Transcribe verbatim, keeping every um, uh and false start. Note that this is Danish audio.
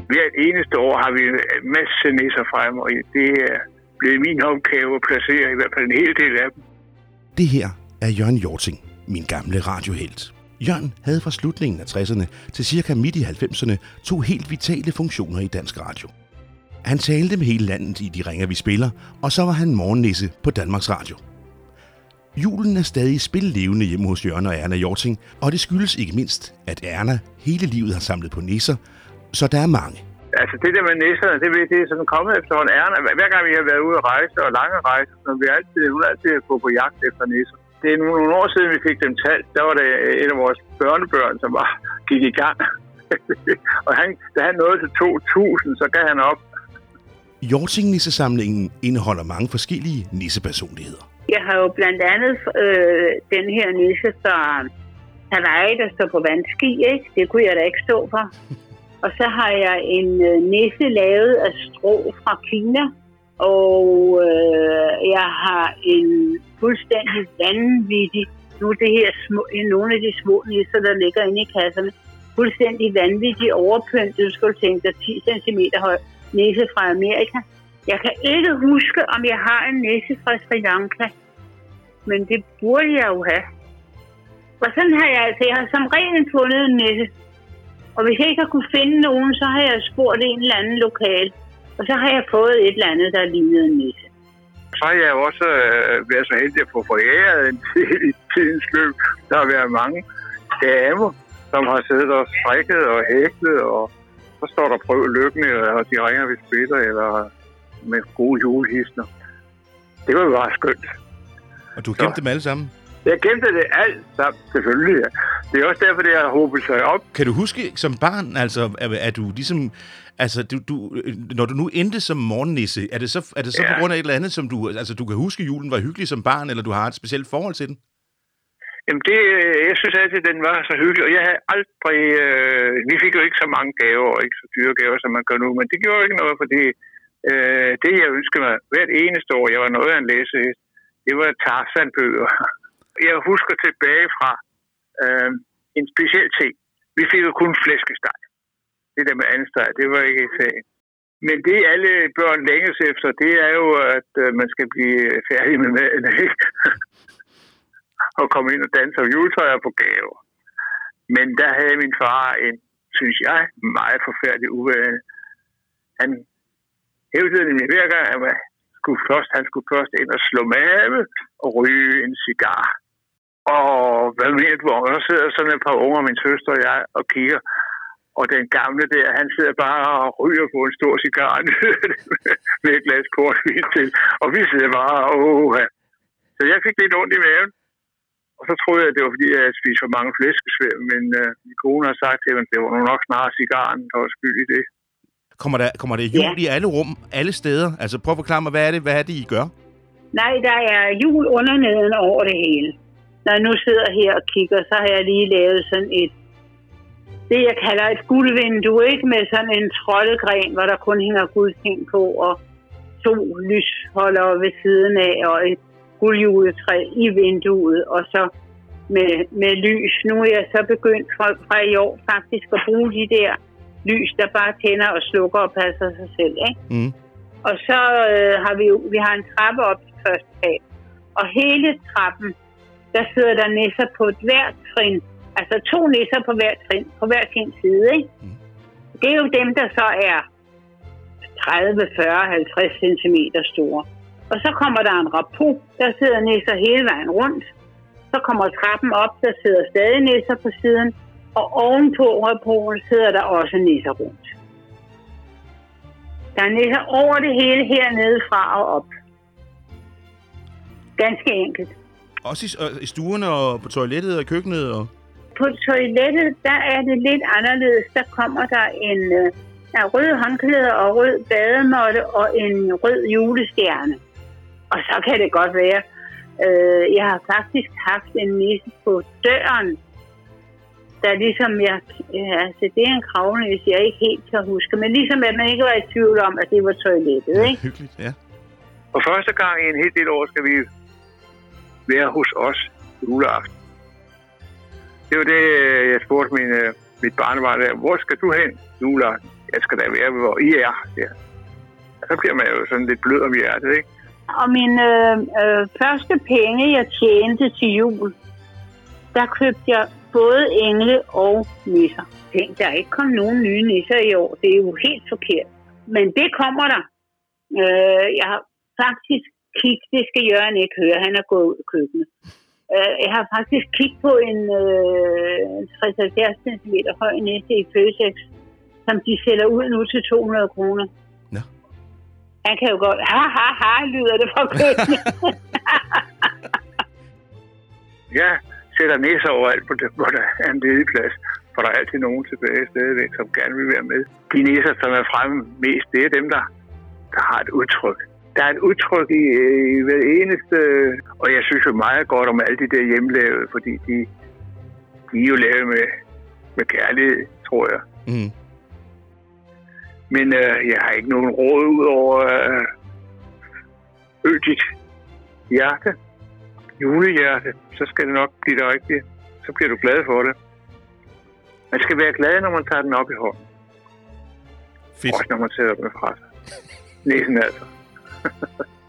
Hvert eneste år har vi en masse nisser frem, og det er blevet min opgave at placere i hvert fald en hel del af dem. Det her er Jørgen Hjorting, min gamle radiohelt. Jørgen havde fra slutningen af tresserne til cirka midt i halvfemserne to helt vitale funktioner i dansk radio. Han talte med hele landet i De ringer vi spiller, og så var han morgennisse på Danmarks Radio. Julen er stadig spillelevende hjemme hos Jørgen og Erna Hjorting, og det skyldes ikke mindst, at Erna hele livet har samlet på nisser, så der er mange. Altså det der med nisserne, det, det er sådan kommet efterhånden. Erna, hver gang vi har været ude at rejse og lange rejser, så vi altid, hun altid gå på jagt efter nisser. Det er nogle år siden, vi fik dem talt, der var det en af vores børnebørn, som var, gik i gang. Og han, da han nåede til to tusind, så gav han op. Hjorting-nissesamlingen indeholder mange forskellige nissepersonligheder. Jeg har jo blandt andet øh, den her nisse fra Hawaii, der står på vandski, ikke? Det kunne jeg da ikke stå for. Og så har jeg en øh, nisse lavet af strå fra Kina, og øh, jeg har en fuldstændig vanvittig, nu er det her små, nogle af de små nisser, der ligger inde i kasserne, fuldstændig vanvittig overpyntet, du skulle tænke dig ti centimeter høj nisse fra Amerika. Jeg kan ikke huske, om jeg har en nisse fra Sri Lanka, men det burde jeg jo have. Og sådan har jeg altså, jeg har som regel fundet en nisse. Og hvis jeg ikke har kunne finde nogen, så har jeg spurgt en eller anden lokal. Og så har jeg fået et eller andet, der lignede en nisse. Så har jeg også øh, været så heldig at få foræret en tid i tidens løb. Der har været mange damer, som har siddet og strikket og hæklet, og så står der prøv lykken, og De ringer vi spiller, eller med gode julehilsner. Det var jo bare skønt. Og du gemte dem alle sammen? Jeg gemte det alt sammen, selvfølgelig. Ja. Det er også derfor, det har hobet sig op. Kan du huske som barn, altså, er, er du ligesom, altså, du, du, når du nu endte som morgennisse, er det så, er det så ja. på grund af et eller andet, som du, altså, du kan huske, julen var hyggelig som barn, eller du har et specielt forhold til den? Jamen, det, jeg synes altid, at den var så hyggelig, og jeg havde aldrig, øh, vi fik jo ikke så mange gaver, og ikke så dyre gaver, som man gør nu, men det gjorde ikke noget, fordi øh, det, jeg ønskede mig hvert eneste år, jeg var noget af en læsehest, det var Tarzan-bøger. Jeg husker tilbage fra øh, en speciel ting. Vi fik jo kun flæskesteg. Det der med andesteg, det var ikke sagen. Men det alle børn længes efter, det er jo, at øh, man skal blive færdig med maden, ikke? Og komme ind og danse og juletræer på gaver. Men der havde min far en, synes jeg, meget forfærdelig uvane. Han hævdede nemlig hver gang, at man skulle først, han skulle først ind og slå mave og ryge en cigar. Og hvad mener du om? Så sidder sådan et par unger, min søster og jeg, og kigger. Og den gamle der, han sidder bare og ryger på en stor cigar med et glas portvin til. Og vi sidder bare, åh. Så jeg fik lidt ondt i maven. Og så troede jeg, at det var fordi, jeg havde spist for mange flæskesvær. Men uh, min kone har sagt til mig, at det var nok snarere cigaren, der var skyld i det. Kommer der, kommer der jul ja. i alle rum, alle steder? Altså prøv at forklare mig, hvad er det, hvad er det I gør? Nej, der er jul under neden over det hele. Når jeg nu sidder her og kigger, så har jeg lige lavet sådan et, det jeg kalder et guldvindue, ikke? Med sådan en troldegren, hvor der kun hænger guldting på, og to lysholdere ved siden af, og et guldjuletræ i vinduet, og så med, med lys. Nu er jeg så begyndt fra, fra i år faktisk at bruge de der lys, der bare tænder og slukker og passer sig selv, ikke? Mm. Og så øh, har vi jo, vi har en trappe op til første sal, og hele trappen, der sidder der nisser på et hvert trin. Altså to nisser på hvert trin, på hver sin side, ikke? Mm. Det er jo dem, der så er tredive, fyrre, halvtreds centimeter store. Og så kommer der en rapport, der sidder nisser hele vejen rundt. Så kommer trappen op, der sidder stadig nisser på siden. Og ovenpå rapporten sidder der også nisser rundt. Der er nisser over det hele hernede fra og op. Ganske enkelt. Også i, i stuerne og på toilettet og køkkenet? Og... På toilettet, der er det lidt anderledes. Der kommer der en uh, rød håndklæder og rød bademåtte og en rød julestjerne. Og så kan det godt være. Uh, jeg har faktisk haft en nisse på døren, der ligesom jeg... Ja, altså det er en kravnisse, jeg ikke helt kan huske. Men ligesom at man ikke var i tvivl om, at det var toilettet, ja, ikke? Hyggeligt, ja. Og første gang i en helt del år skal vi være hos os juleaften. Det var det, jeg spurgte min mit barnebarn der, hvor skal du hen, juleaften? Jeg skal da være, hvor I er. Ja. Så bliver man jo sådan lidt blød om hjertet, ikke? Og mine øh, øh, første penge, jeg tjente til jul, der købte jeg både engle og nisser. Tænk, der er ikke kommet nogen nye nisser i år. Det er jo helt forkert. Men det kommer der. Øh, jeg har faktisk kigget, det skal Jørgen ikke høre, han er gået ud i køkkenet. Øh, jeg har faktisk kigget på en øh, tres til halvfjerds centimeter høj nisse i Føtex, som de sælger ud nu til to hundrede kroner. Ja. Han kan jo godt, ha ha ha, lyder det fra køkkenet. Ja, sætter næser overalt, hvor der er en ledig plads. For der er altid nogen tilbage stadigvæk, som gerne vil være med. De næser, som er fremme mest, det er dem, der, der har et udtryk. Der er et udtryk i, i hver eneste, og jeg synes jo meget godt om alle de der hjemmelavede, fordi de, de er jo lavet med, med kærlighed, tror jeg. Mm. Men øh, jeg har ikke nogen råd ud over øh, øg dit hjerte, julehjerte, så skal det nok blive det rigtige. Så bliver du glad for det. Man skal være glad, når man tager den op i hånden. Fedt. Også når man sætter den fra sig. Næsen altså.